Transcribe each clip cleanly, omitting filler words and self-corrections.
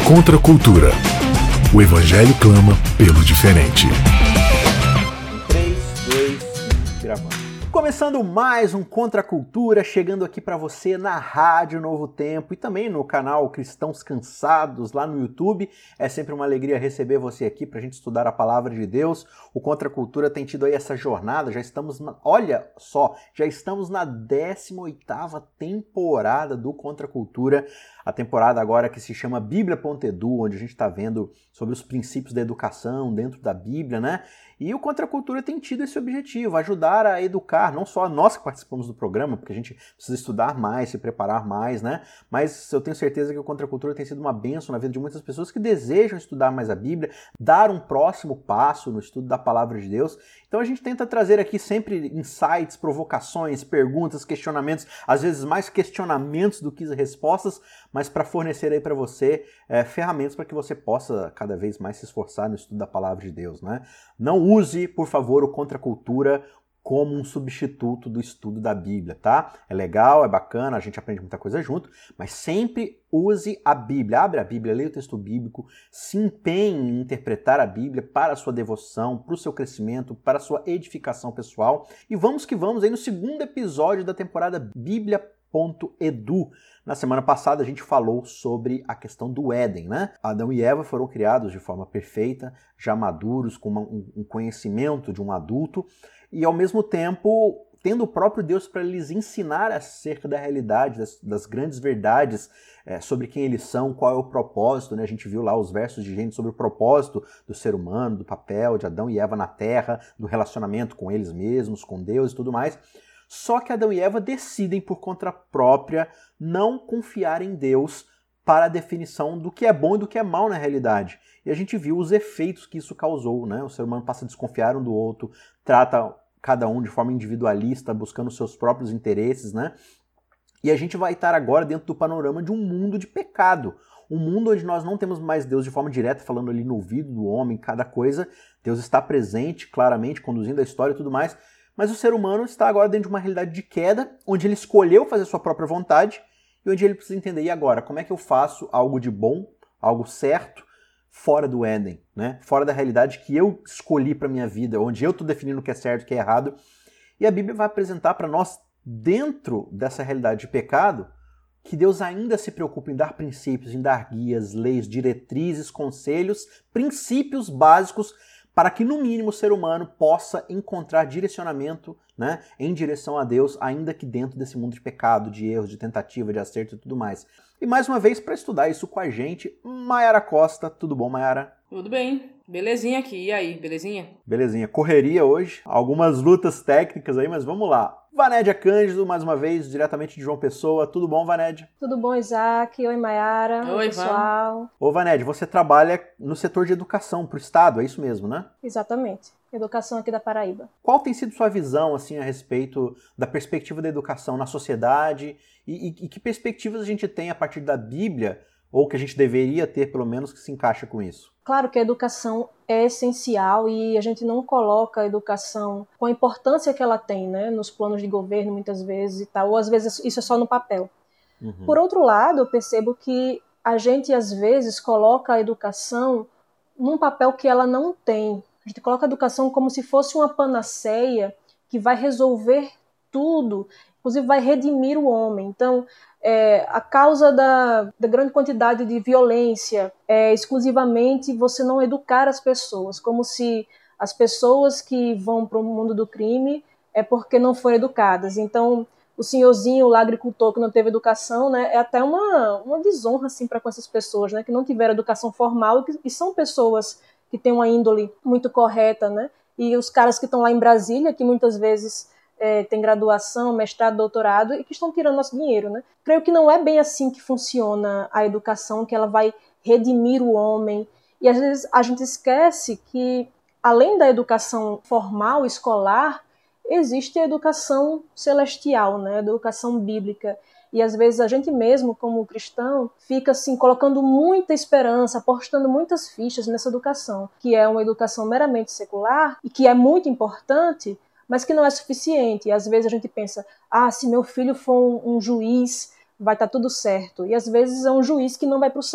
Contra a cultura. O Evangelho clama pelo diferente. 3, 2, 1, gravando. Começando mais um Contra a Cultura, chegando aqui para você na Rádio Novo Tempo e também no canal Cristãos Cansados lá no YouTube. É sempre uma alegria receber você aqui para a gente estudar a Palavra de Deus. O Contra a Cultura tem tido aí essa jornada, já estamos na 18ª temporada do Contra a Cultura. A temporada agora que se chama Bíblia.edu, onde a gente está vendo sobre os princípios da educação dentro da Bíblia, né? E o Contra a Cultura tem tido esse objetivo, ajudar a educar, não só nós que participamos do programa, porque a gente precisa estudar mais, se preparar mais, né? Mas eu tenho certeza que o Contra a Cultura tem sido uma bênção na vida de muitas pessoas que desejam estudar mais a Bíblia, dar um próximo passo no estudo da Palavra de Deus. Então a gente tenta trazer aqui sempre insights, provocações, perguntas, questionamentos, às vezes mais questionamentos do que respostas, mas para fornecer aí para você ferramentas para que você possa cada vez mais se esforçar no estudo da Palavra de Deus, né? Não use, por favor, o Contra a Cultura como um substituto do estudo da Bíblia, tá? É legal, é bacana, a gente aprende muita coisa junto, mas sempre use a Bíblia. Abre a Bíblia, leia o texto bíblico, se empenhe em interpretar a Bíblia para a sua devoção, para o seu crescimento, para a sua edificação pessoal. E vamos que vamos aí no segundo episódio da temporada Bíblia.edu. Na semana passada a gente falou sobre a questão do Éden, né? Adão e Eva foram criados de forma perfeita, já maduros, com um conhecimento de um adulto, e ao mesmo tempo tendo o próprio Deus para lhes ensinar acerca da realidade, das grandes verdades sobre quem eles são, qual é o propósito, né? A gente viu lá os versos de Gênesis sobre o propósito do ser humano, do papel de Adão e Eva na Terra, do relacionamento com eles mesmos, com Deus e tudo mais. Só que Adão e Eva decidem por conta própria não confiar em Deus para a definição do que é bom e do que é mal na realidade. E a gente viu os efeitos que isso causou, né? O ser humano passa a desconfiar um do outro, trata cada um de forma individualista, buscando seus próprios interesses, né? E a gente vai estar agora dentro do panorama de um mundo de pecado. Um mundo onde nós não temos mais Deus de forma direta, falando ali no ouvido do homem, cada coisa. Deus está presente, claramente, conduzindo a história e tudo mais. Mas o ser humano está agora dentro de uma realidade de queda, onde ele escolheu fazer sua própria vontade e onde ele precisa entender, e agora, como é que eu faço algo de bom, algo certo, fora do Éden, né? Fora da realidade que eu escolhi para minha vida, onde eu estou definindo o que é certo e o que é errado. E a Bíblia vai apresentar para nós, dentro dessa realidade de pecado, que Deus ainda se preocupa em dar princípios, em dar guias, leis, diretrizes, conselhos, princípios básicos para que, no mínimo, o ser humano possa encontrar direcionamento, né, em direção a Deus, ainda que dentro desse mundo de pecado, de erros, de tentativa, de acerto e tudo mais. E mais uma vez, para estudar isso com a gente, Mayara Costa. Tudo bom, Mayara? Tudo bem. Belezinha aqui. E aí, belezinha? Belezinha. Correria hoje, algumas lutas técnicas aí, mas vamos lá. Vanédia Cândido, mais uma vez, diretamente de João Pessoa. Tudo bom, Vanédia? Tudo bom, Isaac? Oi, Mayara. Oi, pessoal. Ô, Vanédia, você trabalha no setor de educação para o Estado, é isso mesmo, né? Exatamente. Educação aqui da Paraíba. Qual tem sido sua visão, assim, a respeito da perspectiva da educação na sociedade e que perspectivas a gente tem a partir da Bíblia, ou que a gente deveria ter, pelo menos, que se encaixa com isso? Claro que a educação é essencial e a gente não coloca a educação com a importância que ela tem, né, nos planos de governo, muitas vezes, e tal, ou às vezes isso é só no papel. Uhum. Por outro lado, eu percebo que a gente, às vezes, coloca a educação num papel que ela não tem. A gente coloca a educação como se fosse uma panaceia que vai resolver tudo, inclusive vai redimir o homem. Então, a causa da grande quantidade de violência é exclusivamente você não educar as pessoas, como se as pessoas que vão para o mundo do crime é porque não foram educadas. Então, o senhorzinho, lá, agricultor, que não teve educação, né, é até uma desonra assim, para com essas pessoas, né, que não tiveram educação formal e são pessoas que têm uma índole muito correta, né, e os caras que estão lá em Brasília, que muitas vezes tem graduação, mestrado, doutorado e que estão tirando nosso dinheiro, né? Creio que não é bem assim que funciona a educação, que ela vai redimir o homem. E às vezes a gente esquece que, além da educação formal, escolar, existe a educação celestial, né? A educação bíblica. E às vezes a gente mesmo, como cristão, fica assim, colocando muita esperança, apostando muitas fichas nessa educação, que é uma educação meramente secular e que é muito importante, mas que não é suficiente. E às vezes a gente pensa, se meu filho for um juiz, vai estar tudo certo. E às vezes é um juiz que não vai para o céu,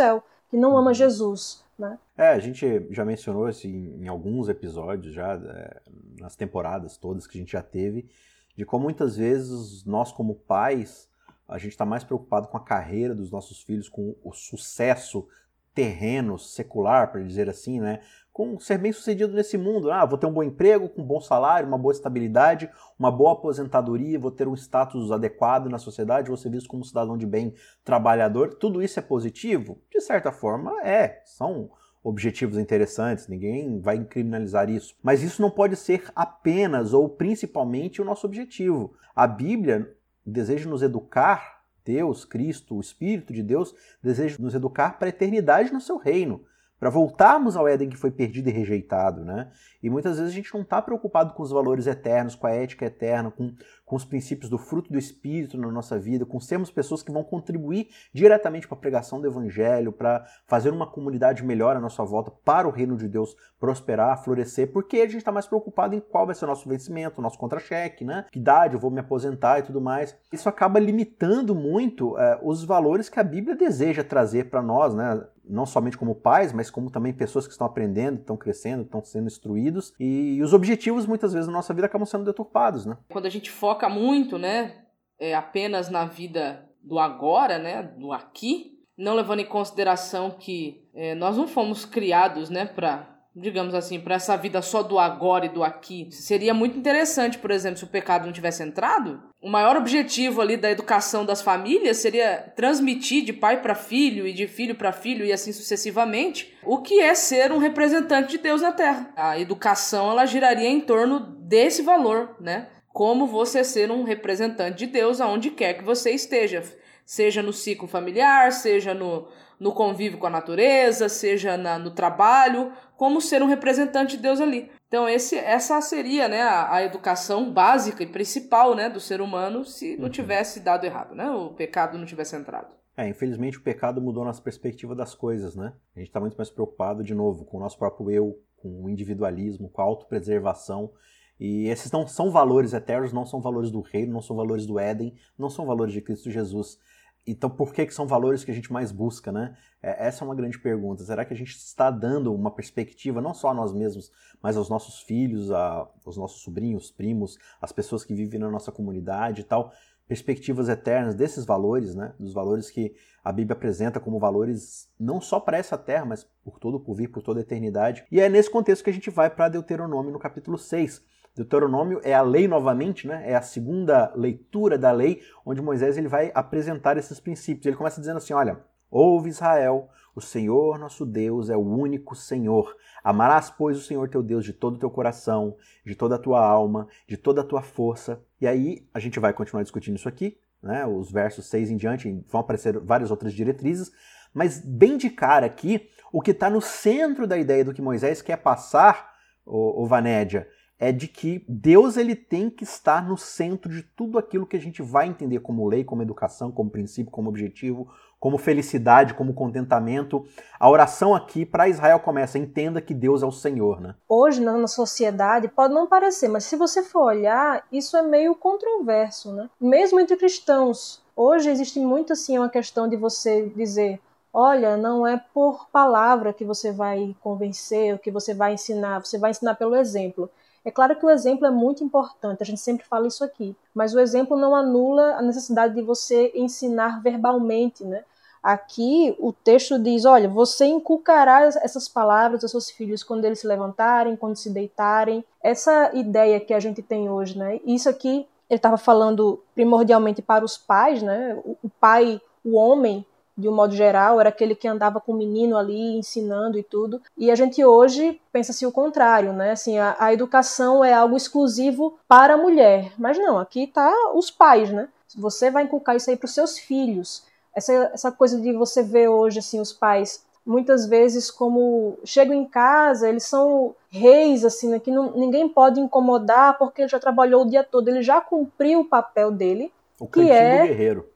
que não ama Jesus, né? A gente já mencionou isso em alguns episódios, já nas temporadas todas que a gente já teve, de como muitas vezes nós como pais, a gente está mais preocupado com a carreira dos nossos filhos, com o sucesso terreno, secular, para dizer assim, né? Com ser bem sucedido nesse mundo. Vou ter um bom emprego, com um bom salário, uma boa estabilidade, uma boa aposentadoria, vou ter um status adequado na sociedade, vou ser visto como um cidadão de bem, trabalhador. Tudo isso é positivo? De certa forma, são objetivos interessantes, ninguém vai criminalizar isso. Mas isso não pode ser apenas ou principalmente o nosso objetivo. A Bíblia deseja nos educar, Deus, Cristo, o Espírito de Deus, deseja nos educar para a eternidade no seu reino, para voltarmos ao Éden que foi perdido e rejeitado, né? E muitas vezes a gente não está preocupado com os valores eternos, com a ética eterna, com os princípios do fruto do Espírito na nossa vida, com sermos pessoas que vão contribuir diretamente para a pregação do Evangelho, para fazer uma comunidade melhor à nossa volta, para o reino de Deus prosperar, florescer, porque a gente está mais preocupado em qual vai ser o nosso vencimento, o nosso contra-cheque, né? Que idade eu vou me aposentar e tudo mais. Isso acaba limitando muito os valores que a Bíblia deseja trazer para nós, né? Não somente como pais, mas como também pessoas que estão aprendendo, estão crescendo, estão sendo instruídos. E os objetivos, muitas vezes, na nossa vida acabam sendo deturpados, né? Quando a gente foca muito, né, apenas na vida do agora, né, do aqui, não levando em consideração que nós não fomos criados, né, digamos assim, para essa vida só do agora e do aqui. Seria muito interessante, por exemplo, se o pecado não tivesse entrado, o maior objetivo ali da educação das famílias seria transmitir de pai para filho e de filho para filho e assim sucessivamente o que é ser um representante de Deus na Terra. A educação, ela giraria em torno desse valor, né? Como você ser um representante de Deus aonde quer que você esteja. Seja no ciclo familiar, seja no convívio com a natureza, seja no trabalho, como ser um representante de Deus ali. Então essa seria, né, a educação básica e principal, né, do ser humano se não tivesse dado errado, né, o pecado não tivesse entrado. Infelizmente o pecado mudou nossa perspectiva das coisas, né? A gente está muito mais preocupado, de novo, com o nosso próprio eu, com o individualismo, com a autopreservação. E esses não são valores eternos, não são valores do reino, não são valores do Éden, não são valores de Cristo Jesus. Então, por que são valores que a gente mais busca, né? Essa é uma grande pergunta. Será que a gente está dando uma perspectiva, não só a nós mesmos, mas aos nossos filhos, aos nossos sobrinhos, primos, às pessoas que vivem na nossa comunidade e tal, perspectivas eternas desses valores, né? Dos valores que a Bíblia apresenta como valores não só para essa terra, mas por todo o porvir, por toda a eternidade. E é nesse contexto que a gente vai para Deuteronômio no capítulo 6. Deuteronômio é a lei novamente, né? É a segunda leitura da lei, onde Moisés ele vai apresentar esses princípios. Ele começa dizendo assim, olha, ouve Israel, o Senhor nosso Deus é o único Senhor. Amarás, pois, o Senhor teu Deus de todo o teu coração, de toda a tua alma, de toda a tua força. E aí a gente vai continuar discutindo isso aqui, né? Os versos 6 em diante vão aparecer várias outras diretrizes, mas bem de cara aqui, o que está no centro da ideia do que Moisés quer passar, o Vanédia, é de que Deus ele tem que estar no centro de tudo aquilo que a gente vai entender como lei, como educação, como princípio, como objetivo, como felicidade, como contentamento. A oração aqui para Israel começa, entenda que Deus é o Senhor, né? Hoje, na sociedade, pode não parecer, mas se você for olhar, isso é meio controverso, né? Mesmo entre cristãos. Hoje existe muito assim uma questão de você dizer, olha, não é por palavra que você vai convencer, o que você vai ensinar pelo exemplo. É claro que o exemplo é muito importante, a gente sempre fala isso aqui, mas o exemplo não anula a necessidade de você ensinar verbalmente, né? Aqui o texto diz, olha, você inculcará essas palavras aos seus filhos quando eles se levantarem, quando se deitarem. Essa ideia que a gente tem hoje, né? Isso aqui, ele estava falando primordialmente para os pais, né? O pai, o homem, de um modo geral, era aquele que andava com o menino ali, ensinando e tudo. E a gente hoje pensa-se o contrário, né? Assim, a educação é algo exclusivo para a mulher. Mas não, aqui está os pais, né? Você vai inculcar isso aí para os seus filhos. Essa coisa de você ver hoje, assim, os pais, muitas vezes, como chegam em casa, eles são reis, assim, né? Que ninguém pode incomodar porque ele já trabalhou o dia todo, ele já cumpriu o papel dele. O cantinho do guerreiro.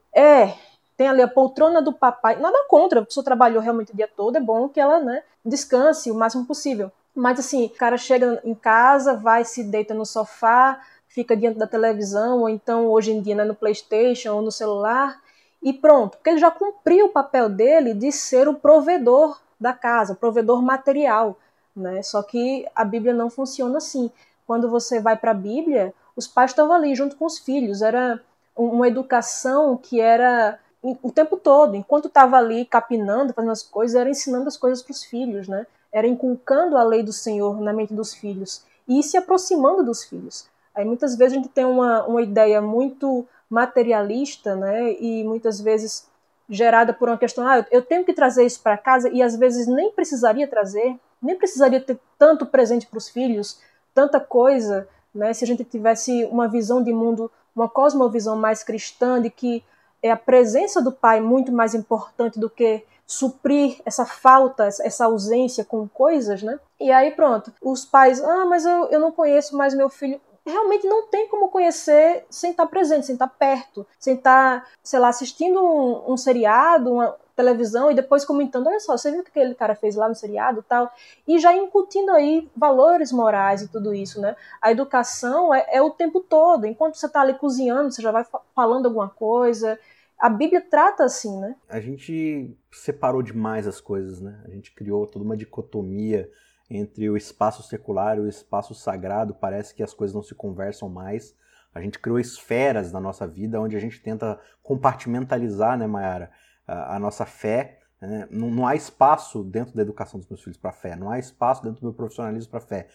Tem ali a poltrona do papai, nada contra, a pessoa trabalhou realmente o dia todo, é bom que ela, né, descanse o máximo possível. Mas assim, o cara chega em casa, vai, se deita no sofá, fica diante da televisão, ou então hoje em dia, né, no PlayStation ou no celular, e pronto, porque ele já cumpriu o papel dele de ser o provedor da casa, o provedor material, né? Só que a Bíblia não funciona assim. Quando você vai para a Bíblia, os pais estavam ali junto com os filhos, era uma educação que era o tempo todo, enquanto estava ali capinando, fazendo as coisas, era ensinando as coisas para os filhos, né? Era inculcando a lei do Senhor na mente dos filhos e se aproximando dos filhos. Aí muitas vezes a gente tem uma ideia muito materialista, né? E muitas vezes gerada por uma questão, eu tenho que trazer isso para casa, e às vezes nem precisaria trazer, nem precisaria ter tanto presente para os filhos, tanta coisa, né? Se a gente tivesse uma visão de mundo, uma cosmovisão mais cristã, de que é a presença do pai muito mais importante do que suprir essa falta, essa ausência com coisas, né? E aí pronto, os pais, mas eu não conheço mais meu filho. Realmente não tem como conhecer sem estar presente, sem estar perto, sem estar, sei lá, assistindo um seriado, uma televisão, e depois comentando, olha só, você viu o que aquele cara fez lá no seriado e tal, e já incutindo aí valores morais e tudo isso, né? A educação é o tempo todo, enquanto você está ali cozinhando, você já vai falando alguma coisa. A Bíblia trata assim, né? A gente separou demais as coisas, né? A gente criou toda uma dicotomia entre o espaço secular e o espaço sagrado. Parece que as coisas não se conversam mais. A gente criou esferas na nossa vida onde a gente tenta compartimentalizar, né, Mayara, a nossa fé. Né? Não há espaço dentro da educação dos meus filhos para fé, não há espaço dentro do meu profissionalismo para fé.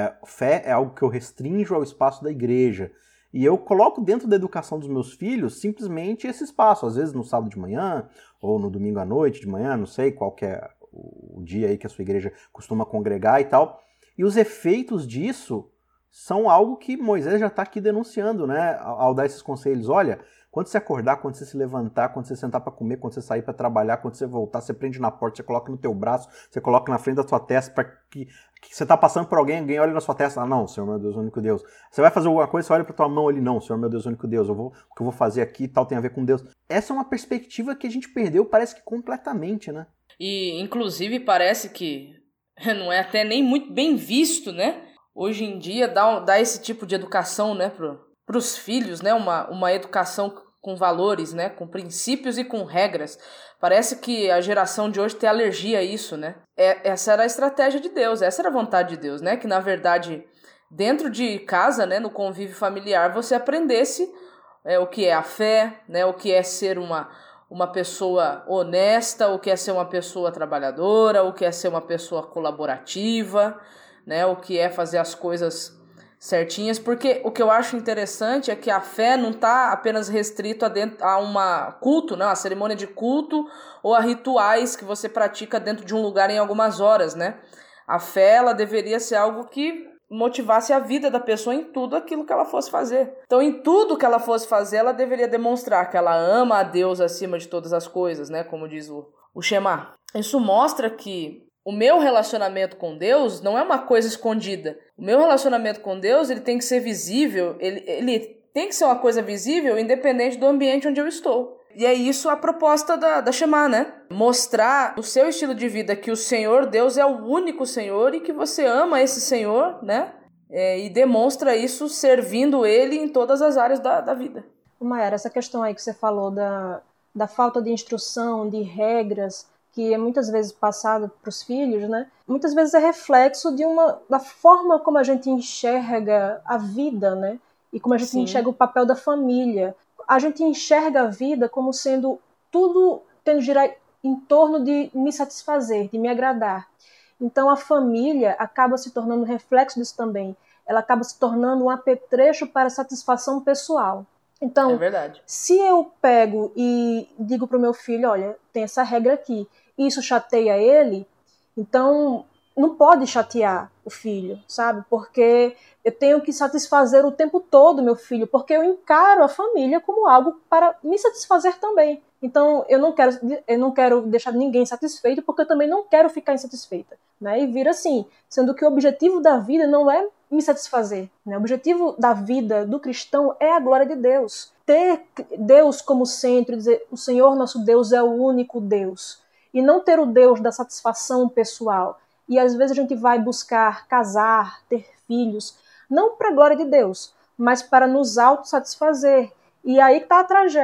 Fé é algo que eu restringo ao espaço da igreja. E eu coloco dentro da educação dos meus filhos simplesmente esse espaço, às vezes no sábado de manhã, ou no domingo à noite de manhã, não sei qual que é o dia aí que a sua igreja costuma congregar e tal. E os efeitos disso são algo que Moisés já está aqui denunciando, né? Ao dar esses conselhos. Olha, quando você acordar, quando você se levantar, quando você sentar para comer, quando você sair para trabalhar, quando você voltar, você prende na porta, você coloca no teu braço, você coloca na frente da tua testa para que você está passando por alguém olha na sua testa, não, Senhor meu Deus, único Deus. Você vai fazer alguma coisa, você olha para tua mão ali, não, Senhor meu Deus, único Deus, o que eu vou fazer aqui e tal tem a ver com Deus. Essa é uma perspectiva que a gente perdeu, parece que completamente, né? E, inclusive, parece que não é até nem muito bem visto, né? Hoje em dia, dar esse tipo de educação, né, para os filhos, né? Uma educação com valores, né? Com princípios e com regras. Parece que a geração de hoje tem alergia a isso, né? Essa era a estratégia de Deus, essa era a vontade de Deus, né? Que, na verdade, dentro de casa, né, no convívio familiar, você aprendesse o que é a fé, né? O que é ser uma pessoa honesta, o que é ser uma pessoa trabalhadora, o que é ser uma pessoa colaborativa, né? O que é fazer as coisas certinhas, porque o que eu acho interessante é que a fé não está apenas restrito a uma culto, né? A cerimônia de culto ou a rituais que você pratica dentro de um lugar em algumas horas, né? A fé, ela deveria ser algo que motivasse a vida da pessoa em tudo aquilo que ela fosse fazer. Então, em tudo que ela fosse fazer, ela deveria demonstrar que ela ama a Deus acima de todas as coisas, né? Como diz o Shema. Isso mostra que o meu relacionamento com Deus não é uma coisa escondida. O meu relacionamento com Deus, ele tem que ser visível, ele tem que ser uma coisa visível independente do ambiente onde eu estou. E é isso a proposta da Shema, né? Mostrar no seu estilo de vida que o Senhor Deus é o único Senhor e que você ama esse Senhor, né? E demonstra isso servindo Ele em todas as áreas da vida. Mayara, essa questão aí que você falou da falta de instrução, de regras, que é muitas vezes passado para os filhos, né? Muitas vezes é reflexo da forma como a gente enxerga a vida, né? E como a gente enxerga o papel da família. A gente enxerga a vida como sendo tudo tendo girar em torno de me satisfazer, de me agradar. Então a família acaba se tornando reflexo disso também. Ela acaba se tornando um apetrecho para satisfação pessoal. Então, é verdade. Se eu pego e digo para o meu filho, olha, tem essa regra aqui, e isso chateia ele, então não pode chatear o filho, sabe? Porque eu tenho que satisfazer o tempo todo meu filho, porque eu encaro a família como algo para me satisfazer também. Então eu não quero deixar ninguém satisfeito, porque eu também não quero ficar insatisfeita, né? E vira assim, sendo que o objetivo da vida não é me satisfazer, né? O objetivo da vida do cristão é a glória de Deus. Ter Deus como centro, dizer o Senhor nosso Deus é o único Deus. E não ter o Deus da satisfação pessoal. E às vezes a gente vai buscar casar, ter filhos, não para a glória de Deus, mas para nos autossatisfazer. E aí está a tragédia.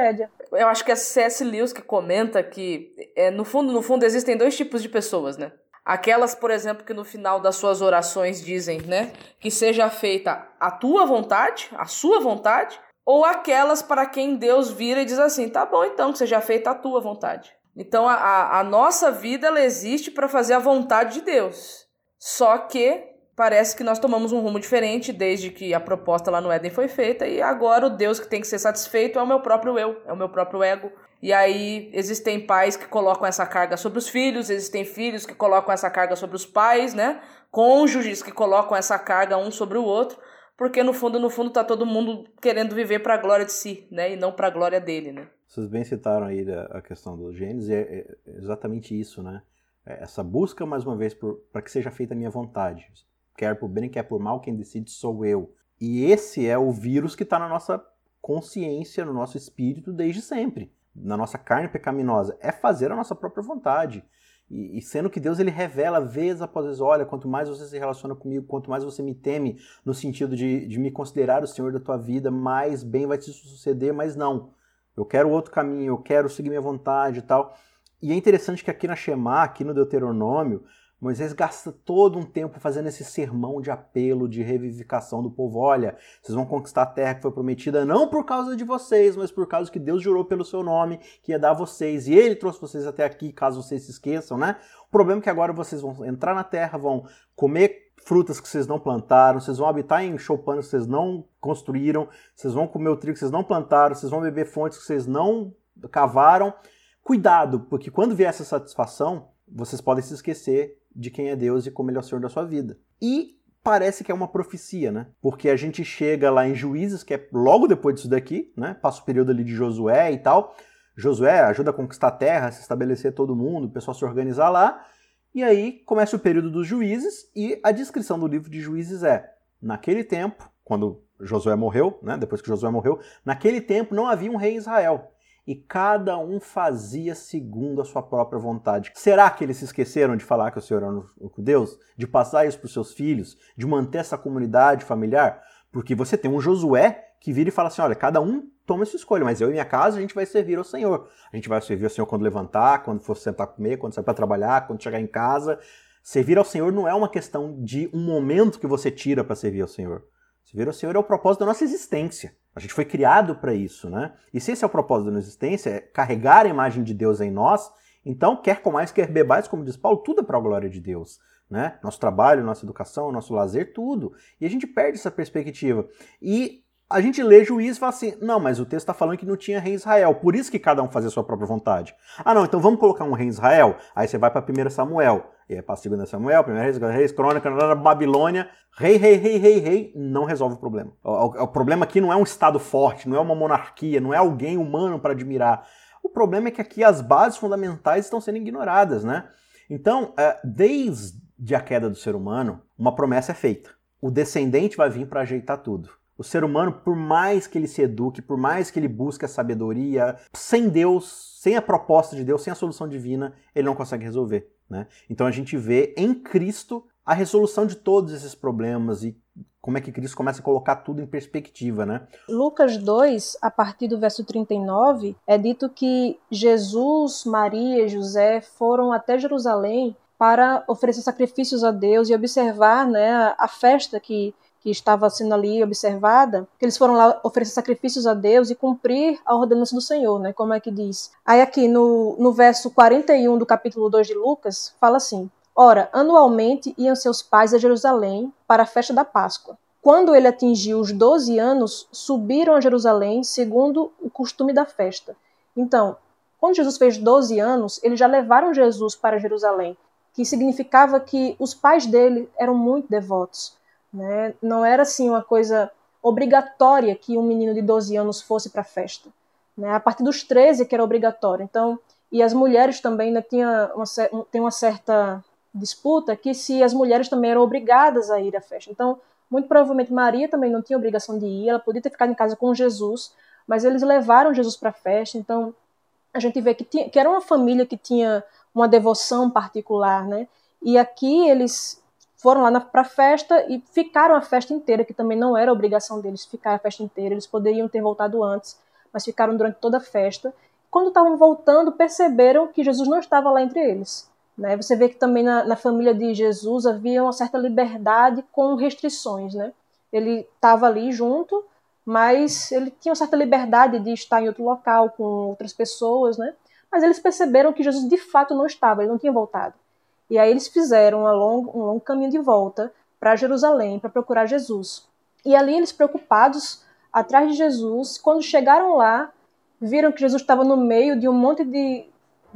Eu acho que é C.S. Lewis que comenta que, no fundo, existem 2 tipos de pessoas, né? Aquelas, por exemplo, que no final das suas orações dizem, né, que seja feita a tua vontade, a sua vontade, ou aquelas para quem Deus vira e diz assim, tá bom então, que seja feita a tua vontade. Então a nossa vida, ela existe para fazer a vontade de Deus. Só que parece que nós tomamos um rumo diferente desde que a proposta lá no Éden foi feita, e agora o Deus que tem que ser satisfeito é o meu próprio eu, é o meu próprio ego. E aí existem pais que colocam essa carga sobre os filhos, existem filhos que colocam essa carga sobre os pais, né? Cônjuges que colocam essa carga um sobre o outro, porque no fundo tá todo mundo querendo viver para a glória de si, né? E não para a glória dele, né? Vocês bem citaram aí a questão do Gênesis, é exatamente isso, né? Essa busca, mais uma vez, para que seja feita a minha vontade. Quer por bem, quer por mal, quem decide sou eu. E esse é o vírus que está na nossa consciência, no nosso espírito desde sempre. Na nossa carne pecaminosa, é fazer a nossa própria vontade. E sendo que Deus ele revela vez após vez, olha, quanto mais você se relaciona comigo, quanto mais você me teme, no sentido de me considerar o Senhor da tua vida, mais bem vai te suceder, mas não. Eu quero outro caminho, eu quero seguir minha vontade e tal. E é interessante que aqui na Shemá, aqui no Deuteronômio, Moisés gasta todo um tempo fazendo esse sermão de apelo, de revivificação do povo. Olha, vocês vão conquistar a terra que foi prometida não por causa de vocês, mas por causa que Deus jurou pelo seu nome que ia dar a vocês. E Ele trouxe vocês até aqui, caso vocês se esqueçam, né? O problema é que agora vocês vão entrar na terra, vão comer frutas que vocês não plantaram, vocês vão habitar em choupanos que vocês não construíram, vocês vão comer o trigo que vocês não plantaram, vocês vão beber fontes que vocês não cavaram. Cuidado, porque quando vier essa satisfação, vocês podem se esquecer de quem é Deus e como Ele é o Senhor da sua vida. E parece que é uma profecia, né? Porque a gente chega lá em Juízes, que é logo depois disso daqui, né? Passa o período ali de Josué e tal. Josué ajuda a conquistar a terra, se estabelecer todo mundo, o pessoal se organizar lá. E aí começa o período dos juízes e a descrição do livro de Juízes é: naquele tempo, quando Josué morreu, né? Depois que Josué morreu, naquele tempo não havia um rei em Israel. E cada um fazia segundo a sua própria vontade. Será que eles se esqueceram de falar que o Senhor é o único Deus? De passar isso para os seus filhos? De manter essa comunidade familiar? Porque você tem um Josué que vira e fala assim, olha, cada um toma a sua escolha, mas eu e minha casa a gente vai servir ao Senhor. A gente vai servir ao Senhor quando levantar, quando for sentar a comer, quando sair para trabalhar, quando chegar em casa. Servir ao Senhor não é uma questão de um momento que você tira para servir ao Senhor. Servir ao Senhor é o propósito da nossa existência. A gente foi criado para isso, né? E se esse é o propósito da nossa existência, é carregar a imagem de Deus em nós, então, quer comais, quer bebais, como diz Paulo, tudo é para a glória de Deus, né? Nosso trabalho, nossa educação, nosso lazer, tudo. E a gente perde essa perspectiva. E a gente lê Juízes e fala assim, não, mas o texto está falando que não tinha rei em Israel, por isso que cada um fazia a sua própria vontade. Ah, não, então vamos colocar um rei em Israel? Aí você vai para 1 Samuel, e aí para 2 Samuel, 1 Reis, 2 Reis, Crônica, Babilônia, rei, não resolve o problema. O problema aqui não é um estado forte, não é uma monarquia, não é alguém humano para admirar. O problema é que aqui as bases fundamentais estão sendo ignoradas, né? Então, desde a queda do ser humano, uma promessa é feita. O descendente vai vir para ajeitar tudo. O ser humano, por mais que ele se eduque, por mais que ele busque a sabedoria, sem Deus, sem a proposta de Deus, sem a solução divina, ele não consegue resolver, né? Então a gente vê em Cristo a resolução de todos esses problemas e como é que Cristo começa a colocar tudo em perspectiva, né? Lucas 2, a partir do verso 39, é dito que Jesus, Maria e José foram até Jerusalém para oferecer sacrifícios a Deus e observar, né, a festa que estava sendo ali observada, que eles foram lá oferecer sacrifícios a Deus e cumprir a ordenança do Senhor, né? Como é que diz? Aí aqui no verso 41 do capítulo 2 de Lucas, fala assim: ora, anualmente iam seus pais a Jerusalém para a festa da Páscoa. Quando ele atingiu os 12 anos, subiram a Jerusalém segundo o costume da festa. Então, quando Jesus fez 12 anos, eles já levaram Jesus para Jerusalém, que significava que os pais dele eram muito devotos. Né? Não era assim uma coisa obrigatória que um menino de 12 anos fosse para a festa. Né? A partir dos 13 que era obrigatório. Então, e as mulheres também ainda tem uma certa disputa que se as mulheres também eram obrigadas a ir à festa. Então, muito provavelmente Maria também não tinha obrigação de ir, ela podia ter ficado em casa com Jesus, mas eles levaram Jesus para a festa. Então, a gente vê que era uma família que tinha uma devoção particular, né? E aqui eles foram lá para a festa e ficaram a festa inteira, que também não era obrigação deles ficar a festa inteira, eles poderiam ter voltado antes, mas ficaram durante toda a festa. Quando estavam voltando, perceberam que Jesus não estava lá entre eles. Né? Você vê que também na família de Jesus havia uma certa liberdade com restrições. Né? Ele estava ali junto, mas ele tinha uma certa liberdade de estar em outro local com outras pessoas, né? Mas eles perceberam que Jesus de fato não estava, ele não tinha voltado. E aí eles fizeram um longo caminho de volta para Jerusalém, para procurar Jesus. E ali eles preocupados, atrás de Jesus, quando chegaram lá, viram que Jesus estava no meio de um monte de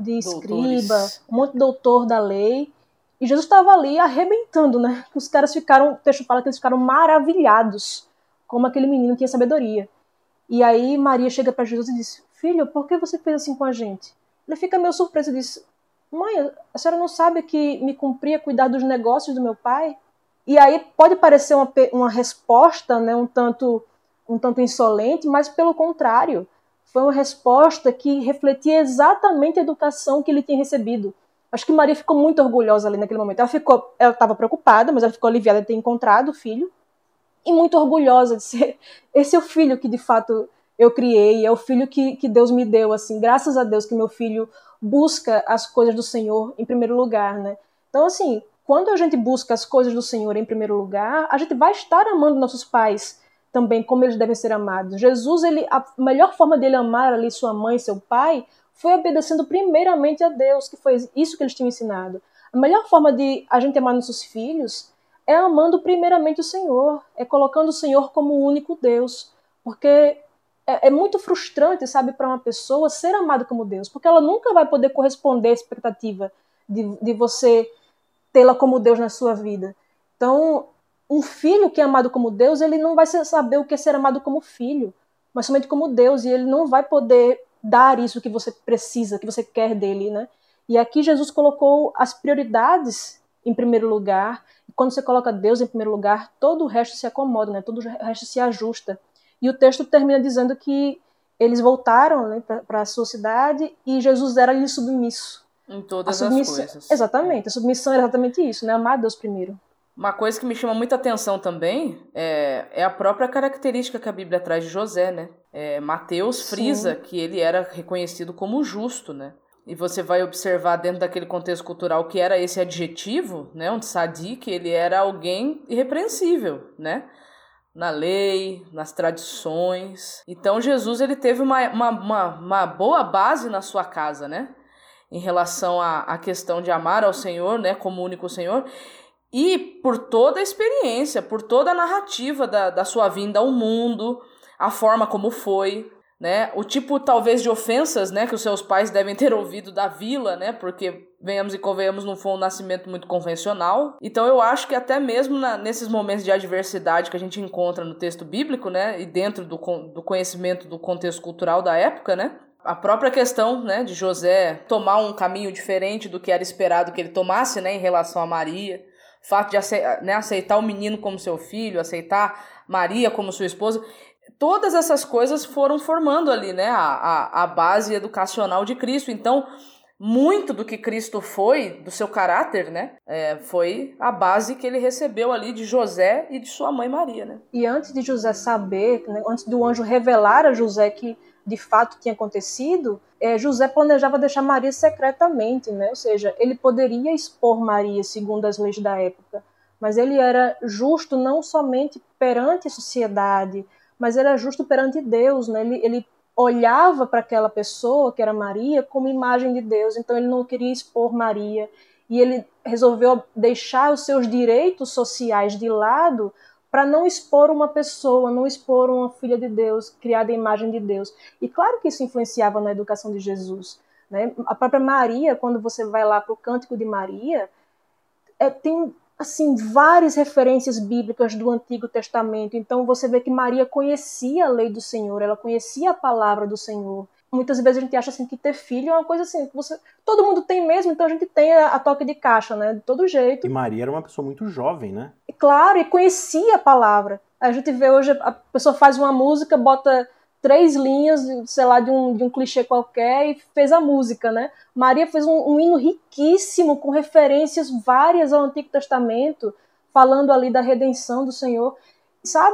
escriba, um monte de doutor da lei, e Jesus estava ali arrebentando, né? Os caras ficaram, o texto fala que eles ficaram maravilhados, como aquele menino tinha sabedoria. E aí Maria chega para Jesus e diz: filho, por que você fez assim com a gente? Ele fica meio surpreso e diz: mãe, a senhora não sabe que me cumpria cuidar dos negócios do meu pai? E aí pode parecer uma resposta, né, um tanto insolente, mas pelo contrário, foi uma resposta que refletia exatamente a educação que ele tinha recebido. Acho que Maria ficou muito orgulhosa ali naquele momento. Ela estava preocupada, mas ela ficou aliviada de ter encontrado o filho e muito orgulhosa de ser esse é o filho que de fato eu criei, é o filho que Deus me deu, assim, graças a Deus que meu filho busca as coisas do Senhor em primeiro lugar, né? Então, assim, quando a gente busca as coisas do Senhor em primeiro lugar, a gente vai estar amando nossos pais também como eles devem ser amados. Jesus, a melhor forma dele amar ali sua mãe e seu pai foi obedecendo primeiramente a Deus, que foi isso que eles tinham ensinado. A melhor forma de a gente amar nossos filhos é amando primeiramente o Senhor, é colocando o Senhor como o único Deus, porque é muito frustrante, sabe, para uma pessoa ser amada como Deus, porque ela nunca vai poder corresponder à expectativa de você tê-la como Deus na sua vida. Então, um filho que é amado como Deus, ele não vai saber o que é ser amado como filho, mas somente como Deus, e ele não vai poder dar isso que você precisa, que você quer dele, né? E aqui Jesus colocou as prioridades em primeiro lugar, e quando você coloca Deus em primeiro lugar, todo o resto se acomoda, né? Todo o resto se ajusta. E o texto termina dizendo que eles voltaram, né, para a sua cidade e Jesus era-lhe submisso. Em todas as coisas. Exatamente, a submissão é exatamente isso, né? Amar Deus primeiro. Uma coisa que me chama muita atenção também é a própria característica que a Bíblia traz de José, né? Mateus frisa que ele era reconhecido como justo, né? E você vai observar dentro daquele contexto cultural que era esse adjetivo, né? Um tzadik, ele era alguém irrepreensível, né? Na lei, nas tradições. Então Jesus ele teve uma boa base na sua casa, né? Em relação à questão de amar ao Senhor, né? Como único Senhor. E por toda a experiência, por toda a narrativa da sua vinda ao mundo, a forma como foi, né? O tipo, talvez, de ofensas, né? Que os seus pais devem ter ouvido da vila, né? Porque, venhamos e convenhamos, não foi um nascimento muito convencional. Então eu acho que até mesmo nesses momentos de adversidade que a gente encontra no texto bíblico, né? E dentro do conhecimento do contexto cultural da época, né? A própria questão, né, de José tomar um caminho diferente do que era esperado que ele tomasse, né? Em relação a Maria. O fato de aceitar o menino como seu filho, aceitar Maria como sua esposa. Todas essas coisas foram formando ali, né, a base educacional de Cristo. Então, muito do que Cristo foi, do seu caráter, né, foi a base que ele recebeu ali de José e de sua mãe Maria, né? E antes de José saber, né, antes do anjo revelar a José que de fato tinha acontecido, José planejava deixar Maria secretamente, né? Ou seja, ele poderia expor Maria segundo as leis da época, mas ele era justo não somente perante a sociedade, mas era justo perante Deus, né? Ele olhava para aquela pessoa, que era Maria, como imagem de Deus, então ele não queria expor Maria, e ele resolveu deixar os seus direitos sociais de lado para não expor uma pessoa, não expor uma filha de Deus, criada à imagem de Deus. E claro que isso influenciava na educação de Jesus, né? A própria Maria, quando você vai lá para o Cântico de Maria, tem assim, várias referências bíblicas do Antigo Testamento. Então você vê que Maria conhecia a lei do Senhor, ela conhecia a palavra do Senhor. Muitas vezes a gente acha assim, que ter filho é uma coisa assim, que todo mundo tem mesmo, então a gente tem a toque de caixa, né? De todo jeito. E Maria era uma pessoa muito jovem, né? Claro, e conhecia a palavra. A gente vê hoje, a pessoa faz uma música, bota 3 linhas, sei lá, de um clichê qualquer e fez a música, né? Maria fez um hino riquíssimo, com referências várias ao Antigo Testamento, falando ali da redenção do Senhor. Sabe?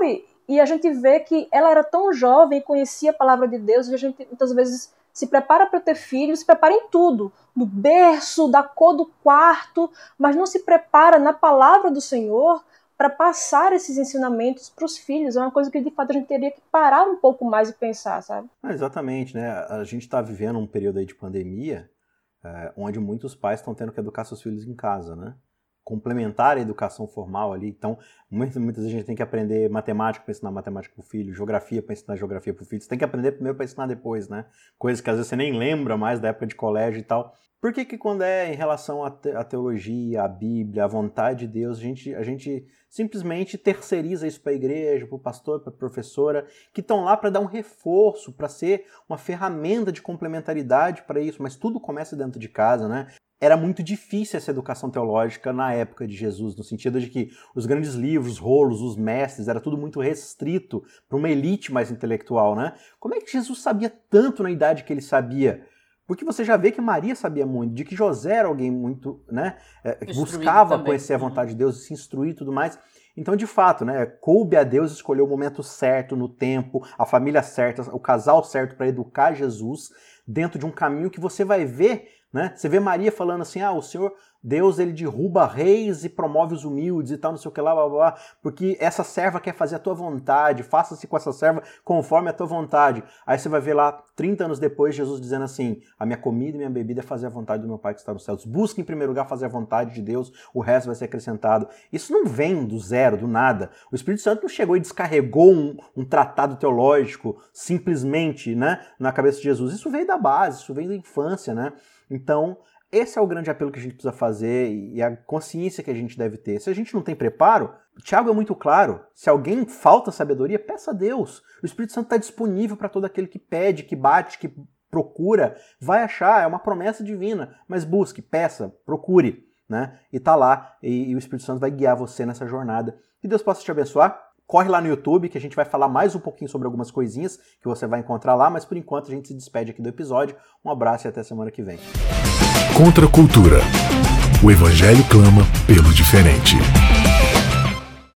E a gente vê que ela era tão jovem, conhecia a palavra de Deus, e a gente muitas vezes se prepara para ter filhos, se prepara em tudo, do berço, da cor do quarto, mas não se prepara na palavra do Senhor para passar esses ensinamentos para os filhos. É uma coisa que, de fato, a gente teria que parar um pouco mais e pensar, sabe? Exatamente, né? A gente está vivendo um período aí de pandemia, onde muitos pais estão tendo que educar seus filhos em casa, né? Complementar a educação formal ali. Então, muitas vezes a gente tem que aprender matemática para ensinar matemática para o filho, geografia para ensinar geografia para o filho. Você tem que aprender primeiro para ensinar depois, né? Coisas que às vezes você nem lembra mais da época de colégio e tal. Por que quando é em relação à teologia, à Bíblia, à vontade de Deus, a gente simplesmente terceiriza isso para a igreja, para o pastor, para a professora, que estão lá para dar um reforço, para ser uma ferramenta de complementaridade para isso, mas tudo começa dentro de casa, né? Era muito difícil essa educação teológica na época de Jesus, no sentido de que os grandes livros, os rolos, os mestres, era tudo muito restrito para uma elite mais intelectual, né? Como é que Jesus sabia tanto na idade que ele sabia? Porque você já vê que Maria sabia muito, de que José era alguém muito, né, que buscava conhecer a vontade de Deus, se instruir e tudo mais. Então, de fato, né, coube a Deus escolher o momento certo, no tempo, a família certa, o casal certo para educar Jesus dentro de um caminho que você vai ver, né? Você vê Maria falando assim, o Senhor, Deus, ele derruba reis e promove os humildes e tal, não sei o que lá, blá, blá, blá, porque essa serva quer fazer a tua vontade, faça-se com essa serva conforme a tua vontade. Aí você vai ver lá, 30 anos depois, Jesus dizendo assim, a minha comida e minha bebida é fazer a vontade do meu Pai que está nos céus. Busque em primeiro lugar fazer a vontade de Deus, o resto vai ser acrescentado. Isso não vem do zero, do nada. O Espírito Santo não chegou e descarregou um tratado teológico simplesmente, né, na cabeça de Jesus. Isso veio da base, isso veio da infância, né? Então, esse é o grande apelo que a gente precisa fazer e a consciência que a gente deve ter. Se a gente não tem preparo, Tiago é muito claro, se alguém falta sabedoria, peça a Deus. O Espírito Santo está disponível para todo aquele que pede, que bate, que procura, vai achar, é uma promessa divina, mas busque, peça, procure, né? E tá lá, e o Espírito Santo vai guiar você nessa jornada. Que Deus possa te abençoar. Corre lá no YouTube que a gente vai falar mais um pouquinho sobre algumas coisinhas que você vai encontrar lá, mas por enquanto a gente se despede aqui do episódio. Um abraço e até semana que vem. Contra a cultura. O Evangelho clama pelo diferente.